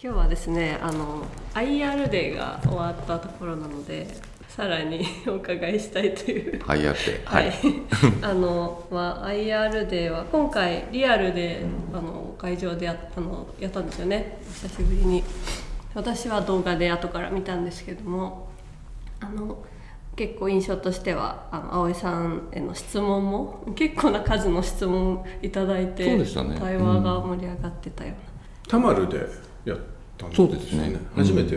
今日はですね、IR デーが終わったところなので、さらにお伺いしたいという。 IR デー、 はい。IR デーは今回リアルで会場でやったんですよね。久しぶりに。私は動画で後から見たんですけども、結構印象としては葵さんへの質問も結構な数の質問いただいて、 そうでしたね、 対話が盛り上がってたような。 田丸でやったんですね。 そうですね。 初めて、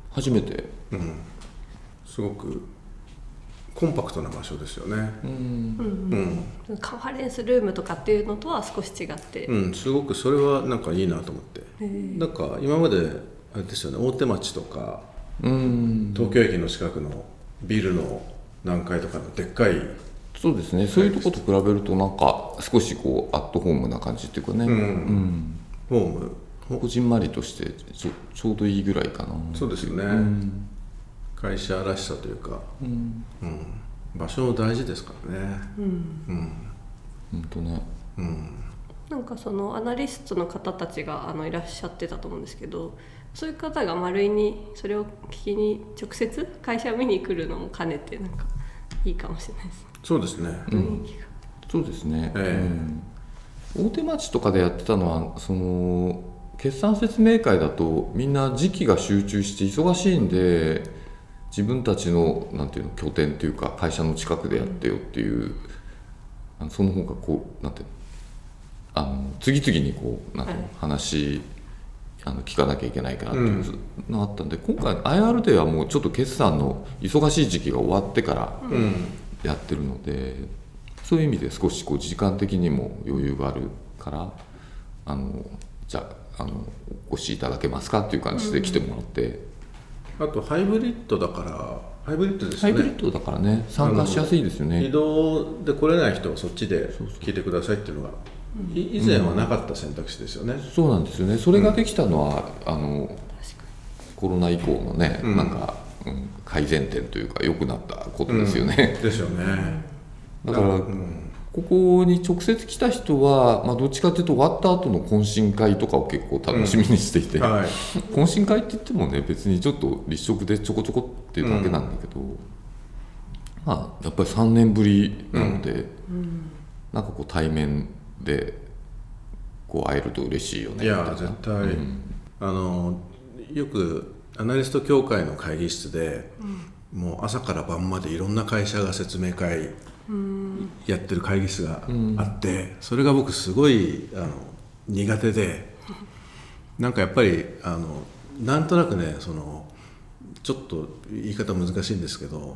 すごくコンパクトな場所ですよね。 カンファレンスルームとかっていうのとは少し違って、 すごくそれはなんかいいなと思って。なんか今まであれですよね、大手町とか、東京駅の近くのビルの何階とかのでっかい、 そうですね。そういうとこと比べるとなんか少しこうアットホームな感じっていうかね、 ホームこじんまりとしてちょうどいいぐらいかな。 そうですよね、会社らしさというか、場所大事ですからね。 本当ね。 なんかそのアナリストの方たちがいらっしゃってたと思うんですけど、そういう方が丸井にそれを聞きに直接会社見に来るのも兼ねてなんかいいかもしれないですね。 そうですね、 雰囲気が。 そうですね。大手町とかでやってたのはその決算説明会だとみんな時期が集中して忙しいんで、自分たちのなんていうの拠点というか会社の近くでやってよっていう、その方がこうなんていうの次々にこうなんていうの、話聞かなきゃいけないかなっていうのがあったんで、今回 IR ではもうちょっと決算の忙しい時期が終わってからやってるので、そういう意味で少しこう時間的にも余裕があるからじゃあお越しいただけますかっていう感じで来てもらって、 あとハイブリッドだからハイブリッドですハよね。 イブリッドだからね、参加しやすいですよね。 移動で来れない人はそっちで聞いてくださいっていうのが以前はなかった選択肢ですよね。 そうなんですよね。それができたのはコロナ以降のね、なんか、改善点というか良くなったことですよね。 ですよね。 だから、ここに直接来た人は、どっちかというと終わった後の懇親会とかを結構楽しみにしていて、懇親会って言ってもね、別にちょっと立食でちょこちょこっていうだけなんだけど、やっぱり3年ぶりなので、なんかこう対面でこう会えると嬉しいよね。 いや絶対、よくアナリスト協会の会議室で、もう朝から晩までいろんな会社が説明会やってる会議室があって、それが僕すごい苦手で、なんかやっぱりなんとなくね、そのちょっと言い方難しいんですけど、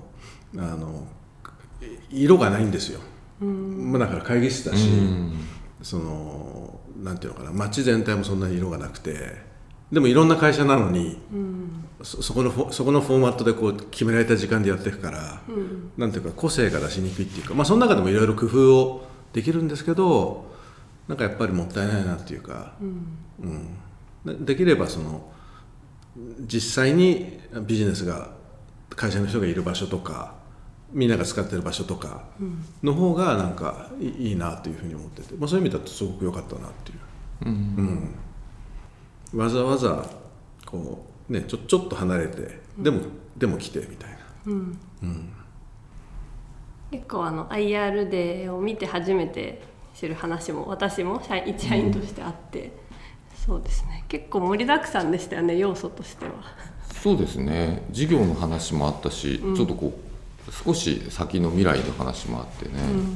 色がないんですよ。だから会議室だし、そのなんていうのかな、街全体もそんなに色がなくて、でもいろんな会社なのに、そこのフォーマットでこう決められた時間でやっていくから、なんていうか個性が出しにくいっていうか、その中でもいろいろ工夫をできるんですけど、なんかやっぱりもったいないなっていうか、できればその実際にビジネスが会社の人がいる場所とかみんなが使ってる場所とかの方がなんかいいなというふうに思ってて、そういう意味だとすごく良かったなっていう、わざわざこうね、ちょっと離れてでも来てみたいな、 結構IR デーを見て初めて知る話も私も一社員としてあって、そうですね、結構盛りだくさんでしたよね、要素としては。 そうですね、事業の話もあったし、ちょっとこう少し先の未来の話もあってね、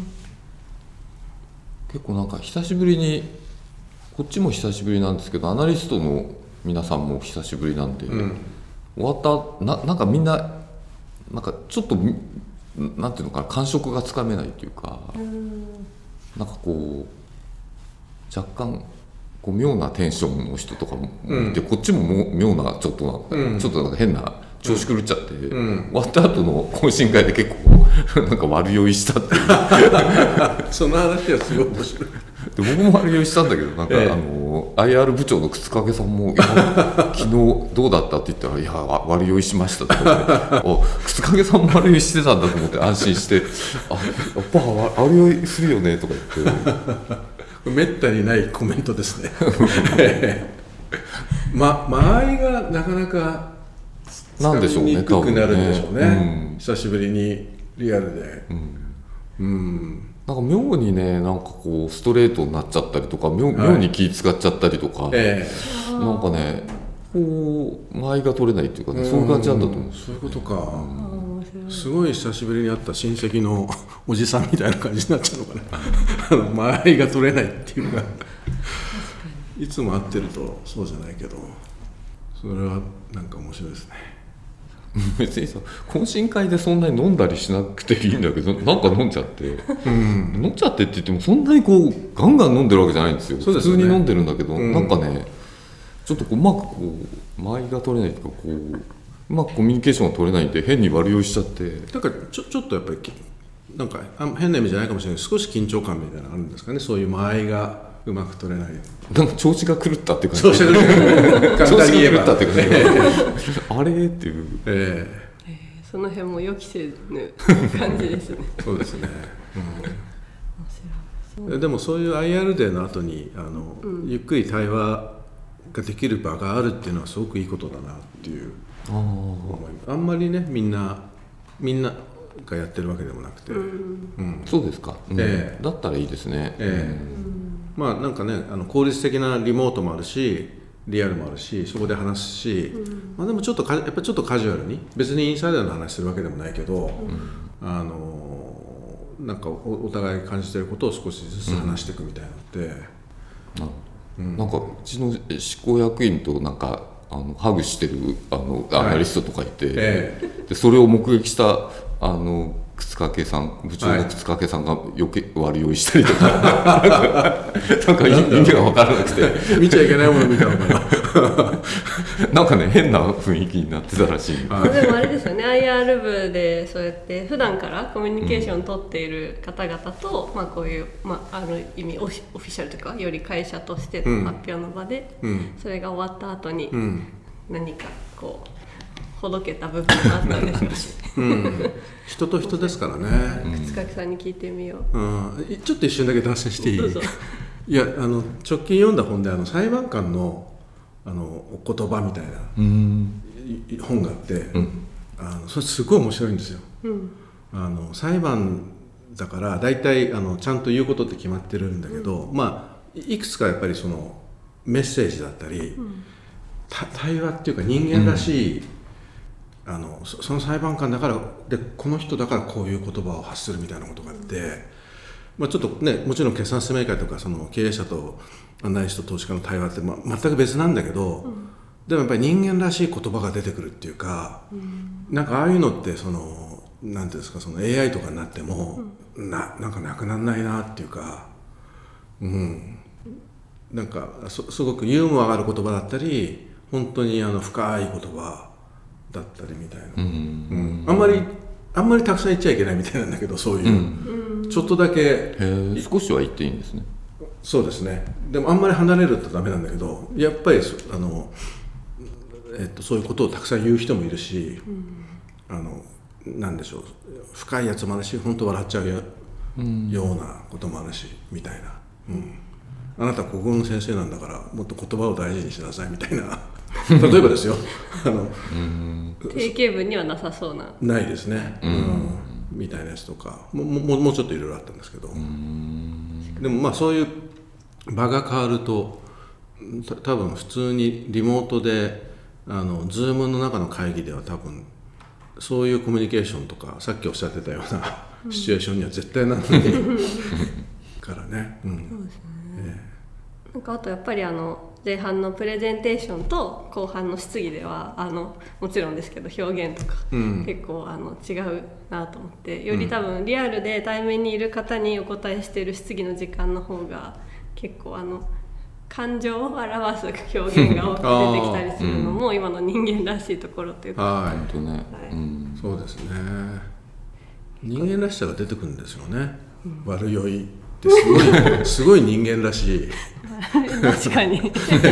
結構なんか久しぶりに、こっちも久しぶりなんですけど、アナリストの皆さんも久しぶりなんで、終わったなんかみんななんかちょっとなんていうのかな、感触がつかめないというか、なんかこう若干こう妙なテンションの人とかもいて、こっちも妙なちょっとなんか変な調子狂っちゃって、終わった後の懇親会で結構なんか悪酔いしたっていうその話はすごい面白い。 で僕も悪酔いしたんだけど、なんか、IR 部長の靴掛さんも昨日どうだったって言ったら、いや悪酔いしましたって言って靴掛さんも悪酔いしてたんだと思って安心して、やっぱ悪酔いするよねとか言ってめったにないコメントですね間合いがなかなかなんでしょうね、 にくくなるんでしょうね、 多分ね。 久しぶりにリアルで、 なんか妙にね、なんかこうストレートになっちゃったりとか、妙に気使っちゃったりとか、なんかね、こう間合いが取れないっていうかね、そういう感じなんだと思う。 そういうことか、すごい久しぶりに会った親戚のおじさんみたいな感じになっちゃうのかな間合いが取れないっていうかいつも会ってるとそうじゃないけど、それはなんか面白いですね。 別にさ、懇親会でそんなに飲んだりしなくていいんだけど、なんか飲んじゃって、飲んじゃってって言ってもそんなにこうガンガン飲んでるわけじゃないんですよ。 そうですよね、 普通に飲んでるんだけど、なんかね、ちょっとこううまくこう間合いが取れないというか、こううまくコミュニケーションが取れないんで変に悪酔いしちゃって、 だからちょっとやっぱりなんか変な意味じゃないかもしれないけど、少し緊張感みたいなのがあるんですかね、そういう間合いがうまく取れない。 なんか調子が狂ったっていう感じ。 調子が狂ったっていう感じ。あれっていう。 その辺も予期せぬ感じですね。 そうですね。でもそういう IR デーの後にゆっくり対話ができる場があるっていうのはすごくいいことだなっていう思います。あんまりね、みんながやってるわけでもなくて、 そうですか、だったらいいですね。 まあなんかね、効率的なリモートもあるしリアルもあるし、そこで話すし、まあ、でもちょっとやっぱりちょっとカジュアルに、別にインサイダーの話するわけでもないけど、なんかお互い感じてることを少しずつ話していくみたいなのって、 なんかうちの執行役員となんかハグしてるアナリストとかいて、でそれを目撃した靴掛さん、部長の靴掛さんが余計悪酔いしたりとか、なんか意味が分からなくて見ちゃいけないもの見たのかななんかね、変な雰囲気になってたらしい。 でもあれですよね、 IR 部でそうやって普段からコミュニケーションを取っている方々と、まあ、こういう、ある意味オフィシャルというか、より会社としての発表の場で、それが終わった後に何かこうほどけた部分があったんですよね。 人と人ですからね。 靴掛さんに聞いてみよう。 ちょっと一瞬だけ脱線していい？ どうぞ。 いや、直近読んだ本で裁判官のお言葉みたいな本があって、それすごい面白いんですよ。裁判だから大体ちゃんと言うことって決まってるんだけど、まあいくつかやっぱりそのメッセージだったり、対話っていうか人間らしい、その裁判官だからで、この人だからこういう言葉を発するみたいなことがあって、まあ、ちょっとね、もちろん決算説明会とかその経営者とアナリスト投資家の対話って、全く別なんだけど、でもやっぱり人間らしい言葉が出てくるっていうか、なんかああいうのってそのなんていうんですか、その AI とかになっても、なんかなくならないなっていうか、なんかすごくユーモアがある言葉だったり、本当に深い言葉だったりみたいな、あんまりたくさん言っちゃいけないみたいなんだけど、そういう、ちょっとだけ少しは言っていいんですね。 そうですね。でもあんまり離れるとダメなんだけど、やっぱりそういうことをたくさん言う人もいるし、なんでしょう、深いやつもあるし、本当笑っちゃうようなこともあるしみたいな、あなた国語の先生なんだからもっと言葉を大事にしなさいみたいな例えばですよ定型文にはなさそうな。 ないですね、みたいなやつとかもうちょっといろいろあったんですけど、でもまあそういう場が変わると、多分普通にリモートでZoom の中の会議では多分そういうコミュニケーションとか、さっきおっしゃってたようなシチュエーションには絶対ならないからね。そうですね。 なんかあとやっぱり前半のプレゼンテーションと後半の質疑ではもちろんですけど表現とか、結構違うなと思って、より多分リアルで対面にいる方にお答えしている質疑の時間の方が結構感情を表す表現が多く出てきたりするのも今の人間らしいところというか、 本当ね、 そうですね。人間らしさが出てくるんですよね、悪酔いってすごい人間らしい確かに確かに、い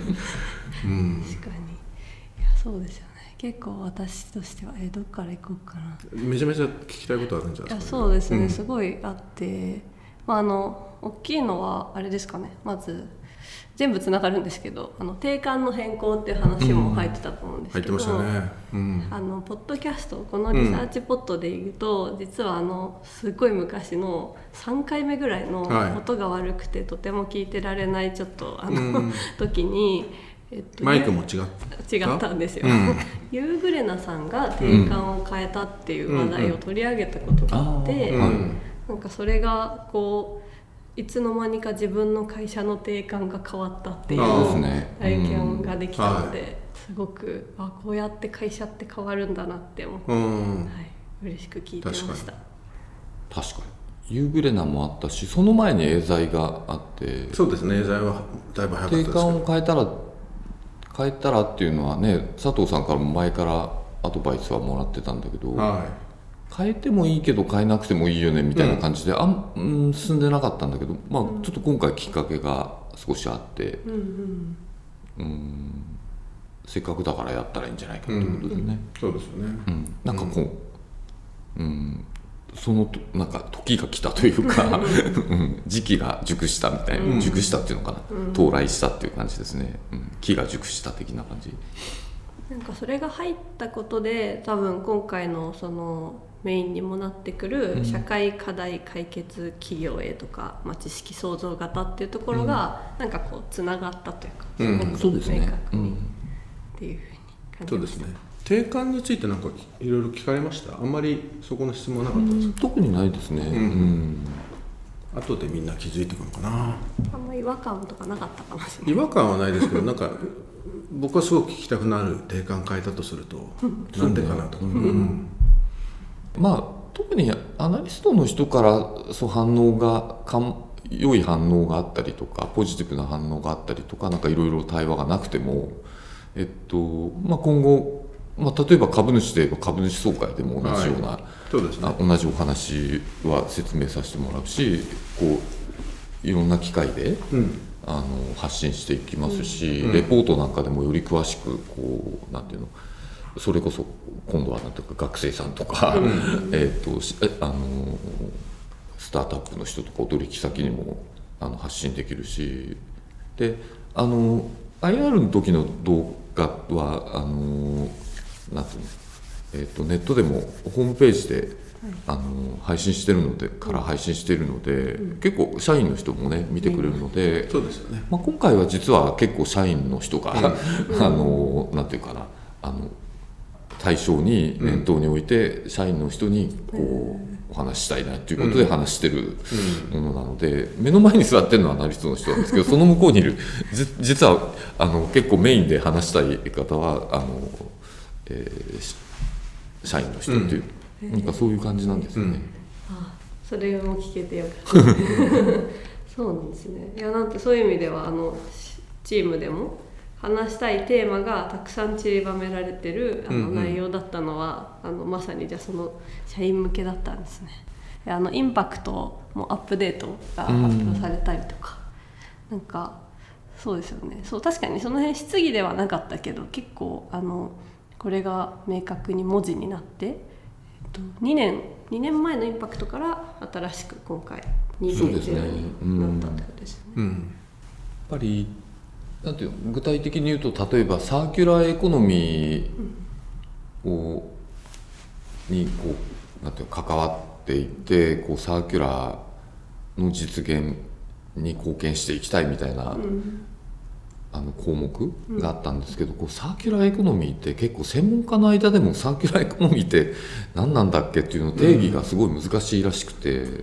やそうですよね。結構私としてはどっから行こうかな、 めちゃめちゃ聞きたいことあるんじゃないですか。 そうですね、すごいあって、大きいのはあれですかね。まず全部つながるんですけど、定款の変更っていう話も入ってたと思うんですけど、 入ってましたね、 ポッドキャスト、このリサーチポッドでいうと、実はすっごい昔の3回目ぐらいの音が悪くてとても聞いてられないちょっと時に、 マイクも違ったんですよ、ユーグレナさんが定款を変えたっていう話題を取り上げたことがあって、なんかそれがこういつの間にか自分の会社の定款が変わったっていう体験ができたので、すごくこうやって会社って変わるんだなって思って、嬉しく聞いてました。 確かにユーグレナもあったし、その前にエーザイがあって、 そうですね、エーザイはだいぶ早かったですけど、 定款を変えたらっていうのはね、佐藤さんからも前からアドバイスはもらってたんだけど、変えてもいいけど変えなくてもいいよねみたいな感じで、進んでなかったんだけど、ちょっと今回きっかけが少しあって、せっかくだからやったらいいんじゃないかということでね、 そうですよね、 なんかこう、そのなんか時が来たというか時期が熟したみたいな、熟したっていうのかな、到来したっていう感じですね、木が熟した的な感じ。 なんかそれが入ったことで、多分今回のそのメインにもなってくる社会課題解決企業へとか、知識創造型っていうところがなんかこうつながったというか、 そうですね、 明確にっていうふうに感じました。 そうですね。定款についてなんかいろいろ聞かれました？あんまりそこの質問はなかったですか？ 特にないですね。 後でみんな気づいてくるのかな。 あんまり違和感とかなかったかもしれない。 違和感はないですけど、なんか僕はすごく聞きたくなる定款変えたとするとなんでかなとか、 特にアナリストの人から反応が良い反応があったりとか、ポジティブな反応があったりとか、なんかいろいろ対話がなくても、今後、例えば株主で言えば株主総会でも同じような、 そうですね、 同じお話は説明させてもらうし、こういろんな機会で、発信していきますし、レポートなんかでもより詳しくこうなんていうの、それこそ今度はなんていうか学生さんとか、スタートアップの人とかお取引先にも発信できるし、でIR の時の動画はなんていうの、ネットでもホームページで配信してるので配信しているので、結構社員の人もね見てくれるので、 そうですよね。 今回は実は結構社員の人が、なんていうかな、対象に念頭に置いて、社員の人にこうお話ししたいなということで話してるものなので、目の前に座ってるのはアナリストの人なんですけど、その向こうにいる実は結構メインで話したい方は社員の人っていう、なんかそういう感じなんですよね。 それも聞けてよかったそうなんですね。いや、なんてそういう意味ではチームでも話したいテーマがたくさん散りばめられてる内容だったのは、まさにじゃあその社員向けだったんですね。インパクトもアップデートが発表されたりとか、なんかそうですよね。そう、確かにその辺質疑ではなかったけど、結構これが明確に文字になって、2年前のインパクトから新しく今回2.0になったってことですよね。 やっぱりなんていうの、具体的に言うと、例えばサーキュラーエコノミーにこうなんていうの関わっていって、こうサーキュラーの実現に貢献していきたいみたいな、項目があったんですけど、こうサーキュラーエコノミーって結構専門家の間でもサーキュラーエコノミーって何なんだっけっていうの定義がすごい難しいらしくて、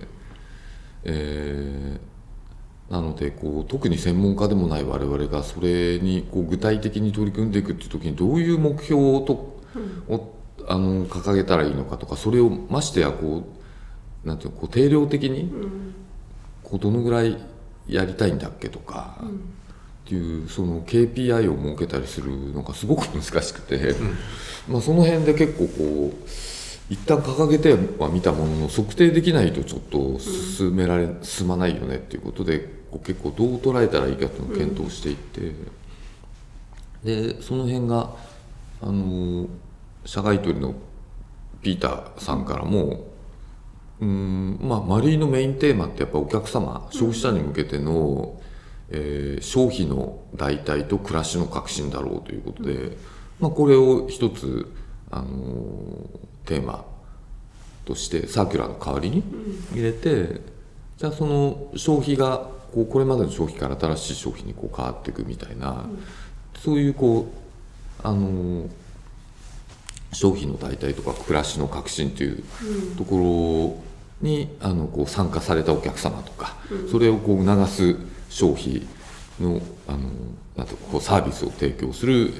なのでこう特に専門家でもない我々がそれにこう具体的に取り組んでいくっていう時にどういう目標を掲げたらいいのかとか、それをましてやこうなんていうの、こう定量的にこうどのぐらいやりたいんだっけとか、っていうその KPI を設けたりするのがすごく難しくて、その辺で結構こう一旦掲げてはみたものの測定できないとちょっと進まないよねっていうことで、こう結構どう捉えたらいいかっていうのを検討していって、でその辺が社外取りのピーターさんからもマリーのメインテーマってやっぱお客様消費者に向けての消費の代替と暮らしの革新だろうということで、これを一つ、テーマとしてサーキュラーの代わりに入れて、じゃあその消費がこれまでの消費から新しい消費に変わっていくみたいな、そういう消費の代替とか暮らしの革新というところに参加されたお客様とか、それを促す消費のなんてサービスを提供する、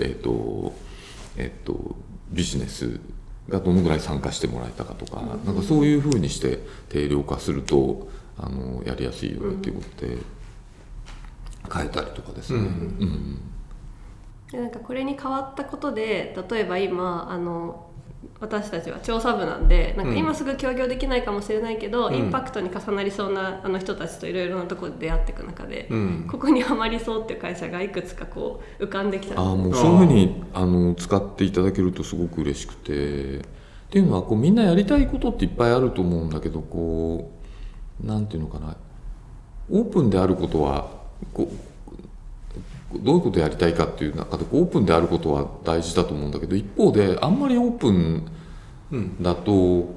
ビジネスがどのぐらい参加してもらえたかとか、なんかそういうふうにして定量化するとやりやすいよねっていうことで変えたりとかですね。 なんかこれに変わったことで、例えば今私たちは調査部なんで、なんか今すぐ協業できないかもしれないけど、インパクトに重なりそうな人たちといろいろなところで出会っていく中で、ここにはまりそうっていう会社がいくつか浮かんできた。 もうそういうふうに使っていただけるとすごく嬉しくて、っていうのはみんなやりたいことっていっぱいあると思うんだけど、なんていうのかな、オープンであることはどういうことをやりたいかっていう中でオープンであることは大事だと思うんだけど、一方であんまりオープンだと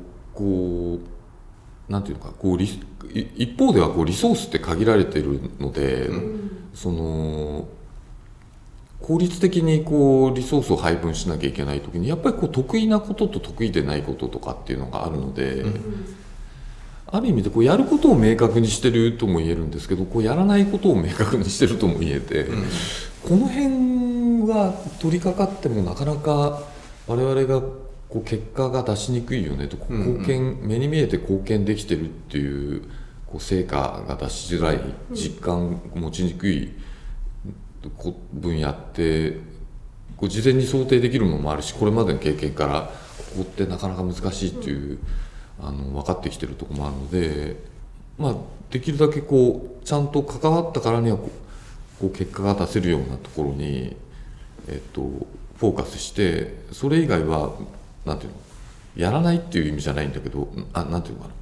なんていうのか一方ではリソースって限られてるので、その効率的にリソースを配分しなきゃいけない時にやっぱり得意なことと得意でないこととかっていうのがあるので、ある意味でやることを明確にしてるとも言えるんですけど、やらないことを明確にしてるとも言えて、この辺は取り掛かってもなかなか我々が結果が出しにくいよねと、目に見えて貢献できてるっていう成果が出しづらい、実感持ちにくい分野って事前に想定できるものもあるし、これまでの経験からここってなかなか難しいっていう分かってきてるところもあるので、できるだけちゃんと関わったからには結果が出せるようなところに、フォーカスして、それ以外はなんていうの、やらないっていう意味じゃないんだけど、なんていうのか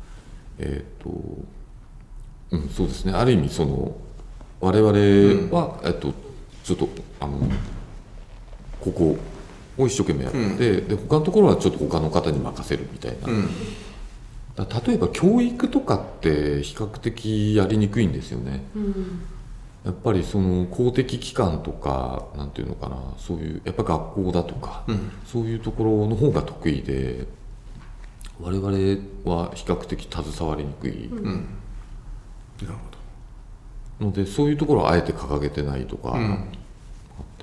な、そうですね、ある意味我々は、ちょっとここを一生懸命やって、で他のところはちょっと他の方に任せるみたいな。例えば教育とかって比較的やりにくいんですよね。やっぱり公的機関とかなんていうのかな、そういうやっぱ学校だとか、そういうところの方が得意で、我々は比較的携わりにくい、 なるほので、そういうところはあえて掲げてないとかあって。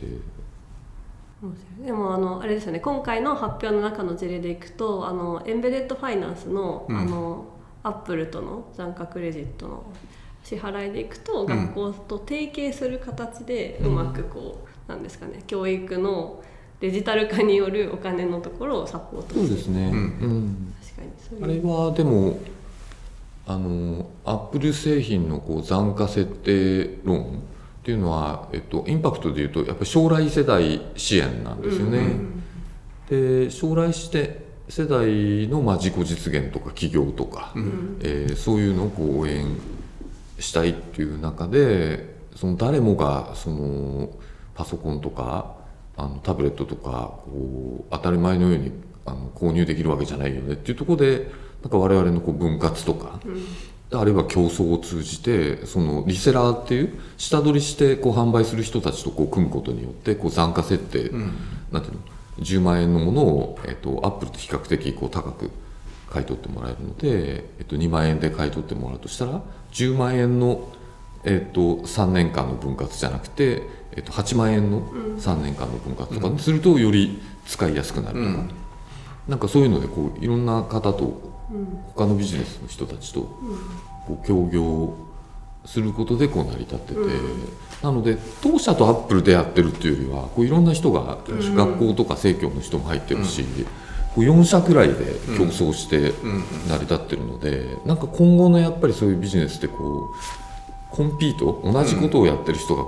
でもあれですよね、今回の発表の中の事例でいくとエンベデッドファイナンスの、アップルとの残価クレジットの支払いでいくと、学校と提携する形でうまくなんですかね、教育のデジタル化によるお金のところをサポートする。 そうですね、確かにそういう。 あれはでもアップル製品の残価設定ローンっていうのは、インパクトでいうとやっぱり将来世代支援なんですよね。で将来世代の自己実現とか起業とか、そういうのを応援したいっていう中で、誰もがパソコンとかタブレットとか当たり前のように購入できるわけじゃないよねっていうところで、なんか我々の分割とか、あるいは競争を通じてリセラーっていう下取りして販売する人たちと組むことによって残価設定、なんていうの、10万円のものを、アップルと比較的高く買い取ってもらえるので、2万円で買い取ってもらうとしたら10万円の、3年間の分割じゃなくて、8万円の3年間の分割とかにするとより使いやすくなるとか、なんかそういうのでいろんな方と他のビジネスの人たちと協業することで成り立ってて、なので当社とアップルでやってるっていうよりはいろんな人が、学校とか生協の人も入ってるし、4社くらいで競争して成り立ってるので、なんか今後のやっぱりそういうビジネスでコンピート、同じことをやってる人が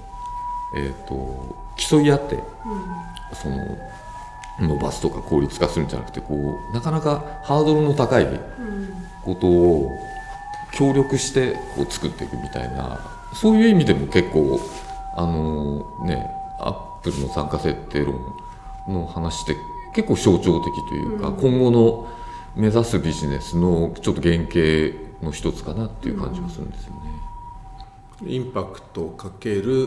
競い合って伸ばすとか効率化するんじゃなくて、なかなかハードルの高いことを協力して作っていくみたいなそういう意味でも結構アップルの参加設定論の話って結構象徴的というか、今後の目指すビジネスのちょっと原型の一つかなっていう感じがするんですよね。 インパクトかける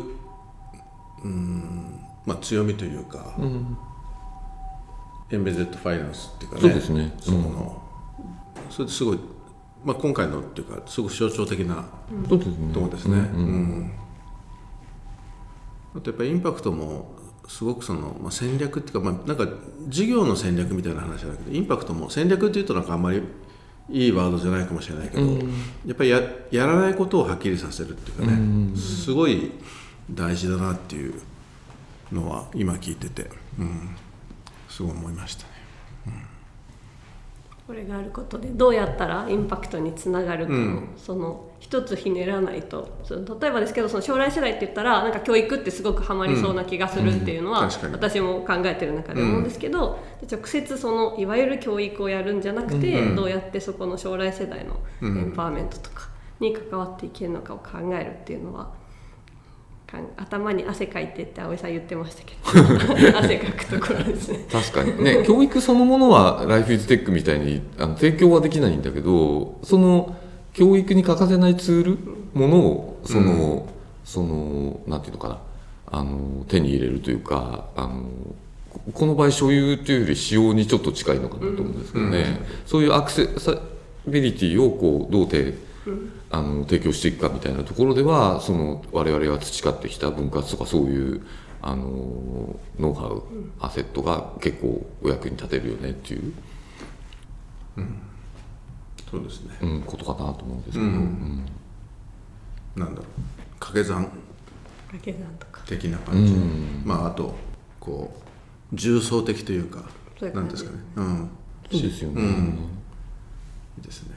強みというか、エンベゼットファイナンスっていうかね、 そうですね、 それですごい、今回のっていうかすごく象徴的なそうですねところですね。あとやっぱりインパクトもすごく戦略っていうか、なんか事業の戦略みたいな話じゃなくて、インパクトも戦略っていうとなんかあんまりいいワードじゃないかもしれないけど、やっぱり やらないことをはっきりさせるっていうかね、すごい大事だなっていうのは今聞いてて、すごい思いましたね。 これがあることでどうやったらインパクトにつながるかの、その一つひねらないと、例えばですけど、その将来世代って言ったらなんか教育ってすごくハマりそうな気がするっていうのは、私も考えてる中で思うんですけど、直接そのいわゆる教育をやるんじゃなくて、どうやってそこの将来世代のエンパワーメントとかに関わっていけるのかを考えるっていうのは、頭に汗かいてって葵さん言ってましたけど汗かくところですね。 確かにね、教育そのものはライフイズテックみたいに提供はできないんだけど、その教育に欠かせないツールものをなんていうのかな、手に入れるというか、この場合所有というより使用にちょっと近いのかなと思うんですけどね、そういうアクセサビリティをこうどう提供していくかみたいなところでは、我々が培ってきた分割とかそういうノウハウ、アセットが結構お役に立てるよねっていう、 そうですね、 ことかなと思うんですけど、 なんだろう、掛け算とか的な感じ、あとこう重層的というか、なんですかね、 そうですよね、 いいですね。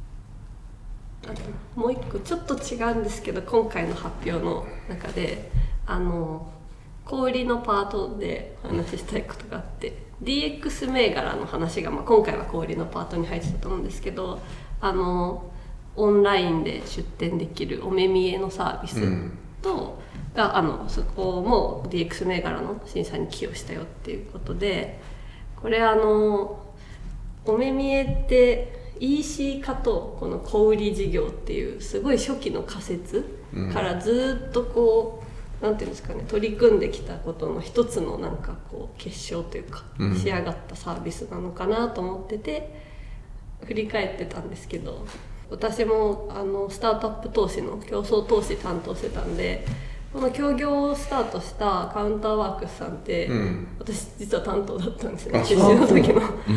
もう一個ちょっと違うんですけど、今回の発表の中で小売りのパートでお話ししたいことがあって、 DX 銘柄の話が、今回は小売りのパートに入ってたと思うんですけど、オンラインで出店できるお目見えのサービスと、そこも DX 銘柄の審査に寄与したよっていうことで、これお目見えってEC 化とこの小売事業っていうすごい初期の仮説からずっとこう、なんていうんですかね、取り組んできたことの一つのなんかこう結晶というか、仕上がったサービスなのかなと思ってて振り返ってたんですけど、私もスタートアップ投資の競争投資担当してたんで、この協業をスタートしたカウンターワークスさんって、私実は担当だったんですよね、出資の時の。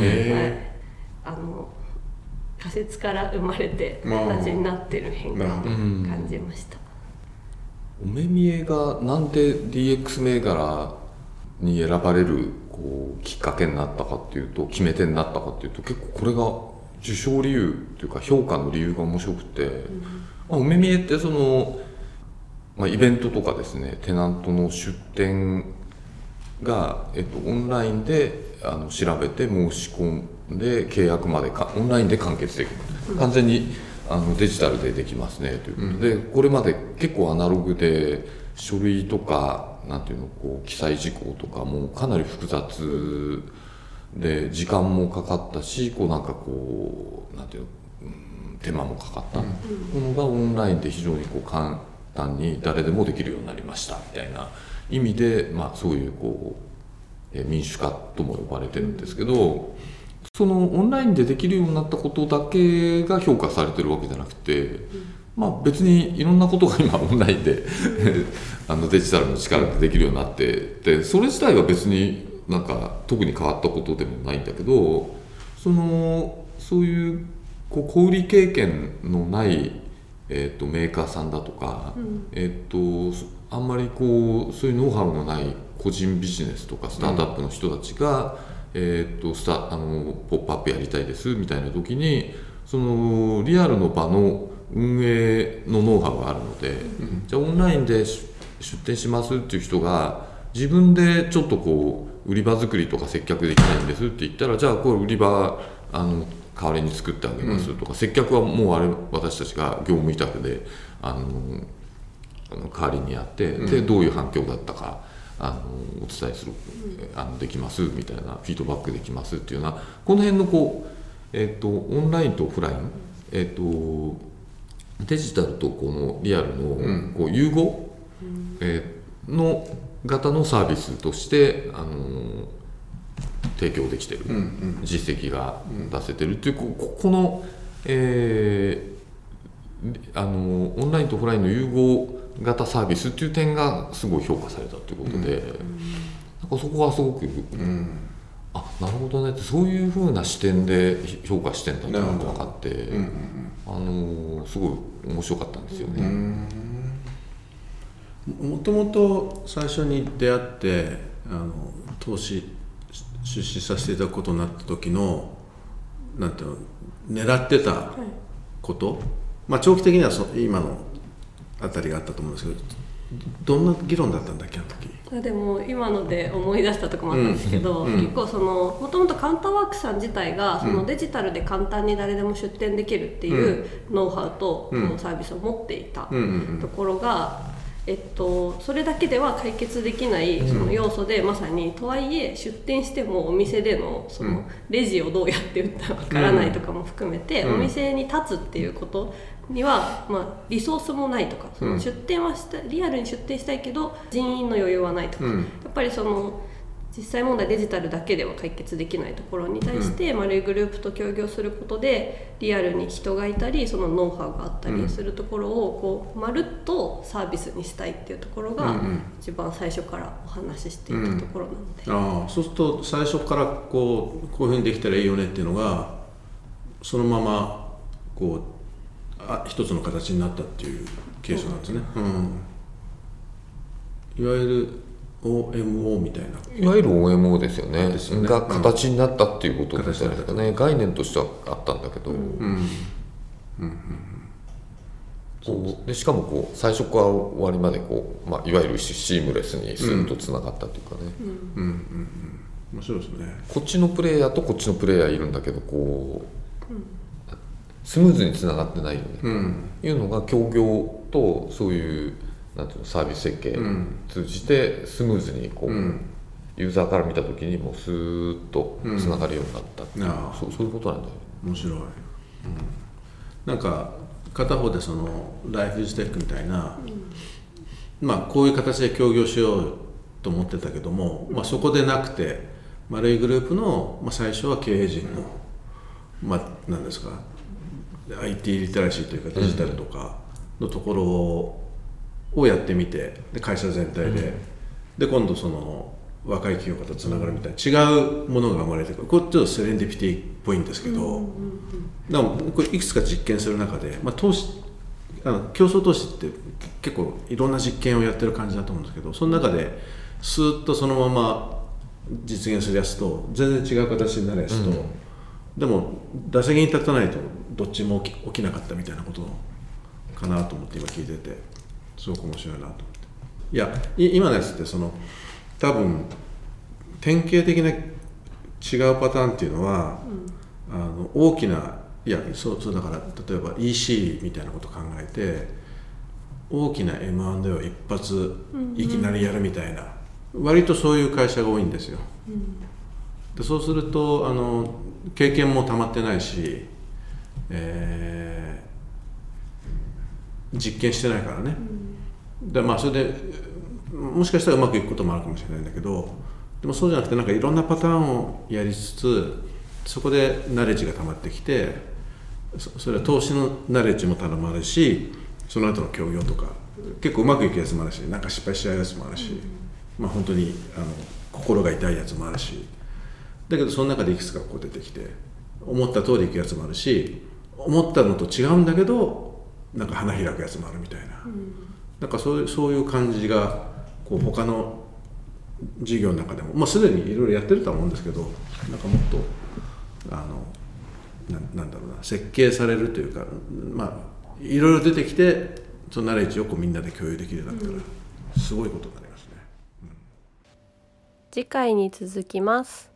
仮説から生まれて形になってる変化を感じました。 お目見えがなんで DX 銘柄に選ばれるきっかけになったかっていうと、決め手になったかっていうと、結構これが受賞理由というか評価の理由が面白くて、お目見えってイベントとかですね、テナントの出店が、オンラインで調べて申し込んで契約までオンラインで完結できる、完全にデジタルでできますねということで、これまで結構アナログで書類とかなんていうの記載事項とかもかなり複雑で時間もかかったし、なんていうの、手間もかかったものがオンラインで非常に簡単に誰でもできるようになりましたみたいな意味で、そういう民主化とも呼ばれてるんですけど、そのオンラインでできるようになったことだけが評価されてるわけじゃなくて、別にいろんなことが今オンラインでデジタルの力でできるようになってで、それ自体は別になんか特に変わったことでもないんだけど、そういう小売経験のないメーカーさんだとか、あんまりそういうノウハウのない個人ビジネスとかスタートアップの人たちが、ポップアップやりたいですみたいな時に、リアルの場の運営のノウハウがあるので、じゃあオンラインで出店しますっていう人が自分でちょっと売り場作りとか接客できないんですって言ったら、じゃあこれ売り場代わりに作ってあげますとか、接客はもう私たちが業務委託で代わりにやって、でどういう反響だったかお伝えする、できますみたいなフィードバックできますっていうようなこの辺のこう、オンラインとオフライン、デジタルとこのリアルのこう融合、の型のサービスとして提供できてる、実績が出せてるっていうこの、オンラインとオフラインの融合型サービスっていう点がすごい評価されたということで、なんかそこはすごく、なるほどねってそういう風な視点で評価してんだってのが分かって、すごい面白かったんですよね。 もともと最初に出会って投資出資させていただくことになった時のなんていうの狙ってたこと、長期的には今のあたりがあったと思うんですけど、どんな議論だったんだっけあの時。 でも今ので思い出したとこもあったんですけど、結構もともとカウンターワークさん自体がデジタルで簡単に誰でも出店できるっていうノウハウとこのサービスを持っていたところが、それだけでは解決できないその要素で、まさにとはいえ出店してもお店でのそのレジをどうやって売ったらわからないとかも含めて、お店に立つっていうことには、リソースもないとか、その出店はリアルに出店したいけど人員の余裕はないとか、やっぱり実際問題デジタルだけでは解決できないところに対して、丸いグループと協業することでリアルに人がいたりそのノウハウがあったりするところをこうまるっとサービスにしたいっていうところが一番最初からお話ししていたところなので、 そうすると最初からこういうふうにできたらいいよねっていうのがそのままこう一つの形になったっていうケースなんですね。いわゆるOMO みたいな、 いわゆる OMO ですよね、が形になったっていうことじゃないですかね。概念としてはあったんだけど、でしかもこう最初から終わりまでこう、いわゆるシームレスにスッとつながったっていうかね、 面白いですね。 こっちのプレイヤーとこっちのプレイヤーいるんだけどこう、スムーズにつながってないよね、いうのが協業とそういうなんていうのサービス設計通じてスムーズにこう、ユーザーから見た時にもうスーッとつながるようになったっていう、そういうことなんだよね。 面白い、なんか片方でライフイズテックみたいな、こういう形で協業しようと思ってたけども、そこでなくて丸いグループの、最初は経営陣の、何ですか IT リテラシーというかデジタルとかのところをやってみて、で会社全体で、で今度若い企業家とつながるみたいな違うものが生まれてくる。これちょっとセレンディピティっぽいんですけど、でもこれいくつか実験する中で、投資競争投資って結構いろんな実験をやってる感じだと思うんですけど、その中でスーッとそのまま実現するやつと全然違う形になるやつと、でも打席に立たないとどっちも起きなかったみたいなことかなと思って今聞いててすごく面白いなと思って。いや今のやつって多分典型的な違うパターンっていうのは、大きないやそうだから例えば EC みたいなことを考えて大きな M&A を一発いきなりやるみたいな、割とそういう会社が多いんですよ。でそうすると経験もたまってないし、実験してないからね、でそれでもしかしたらうまくいくこともあるかもしれないんだけど、でもそうじゃなくてなんかいろんなパターンをやりつつそこでナレッジがたまってきて、それは投資のナレッジもたまるし、その後の協業とか結構うまくいくやつもあるし、なんか失敗しちゃうやつもあるし、本当に心が痛いやつもあるし、だけどその中でいくつかこう出てきて思った通りいくやつもあるし、思ったのと違うんだけどなんか花開くやつもあるみたいな、なんかそういう感じがこう他の事業の中でも、すでにいろいろやってるとは思うんですけど、なんかもっとなんだろうな、設計されるというか、いろいろ出てきてそのナレッジをこうみんなで共有できるようになったらすごいことになりますね。 次回に続きます。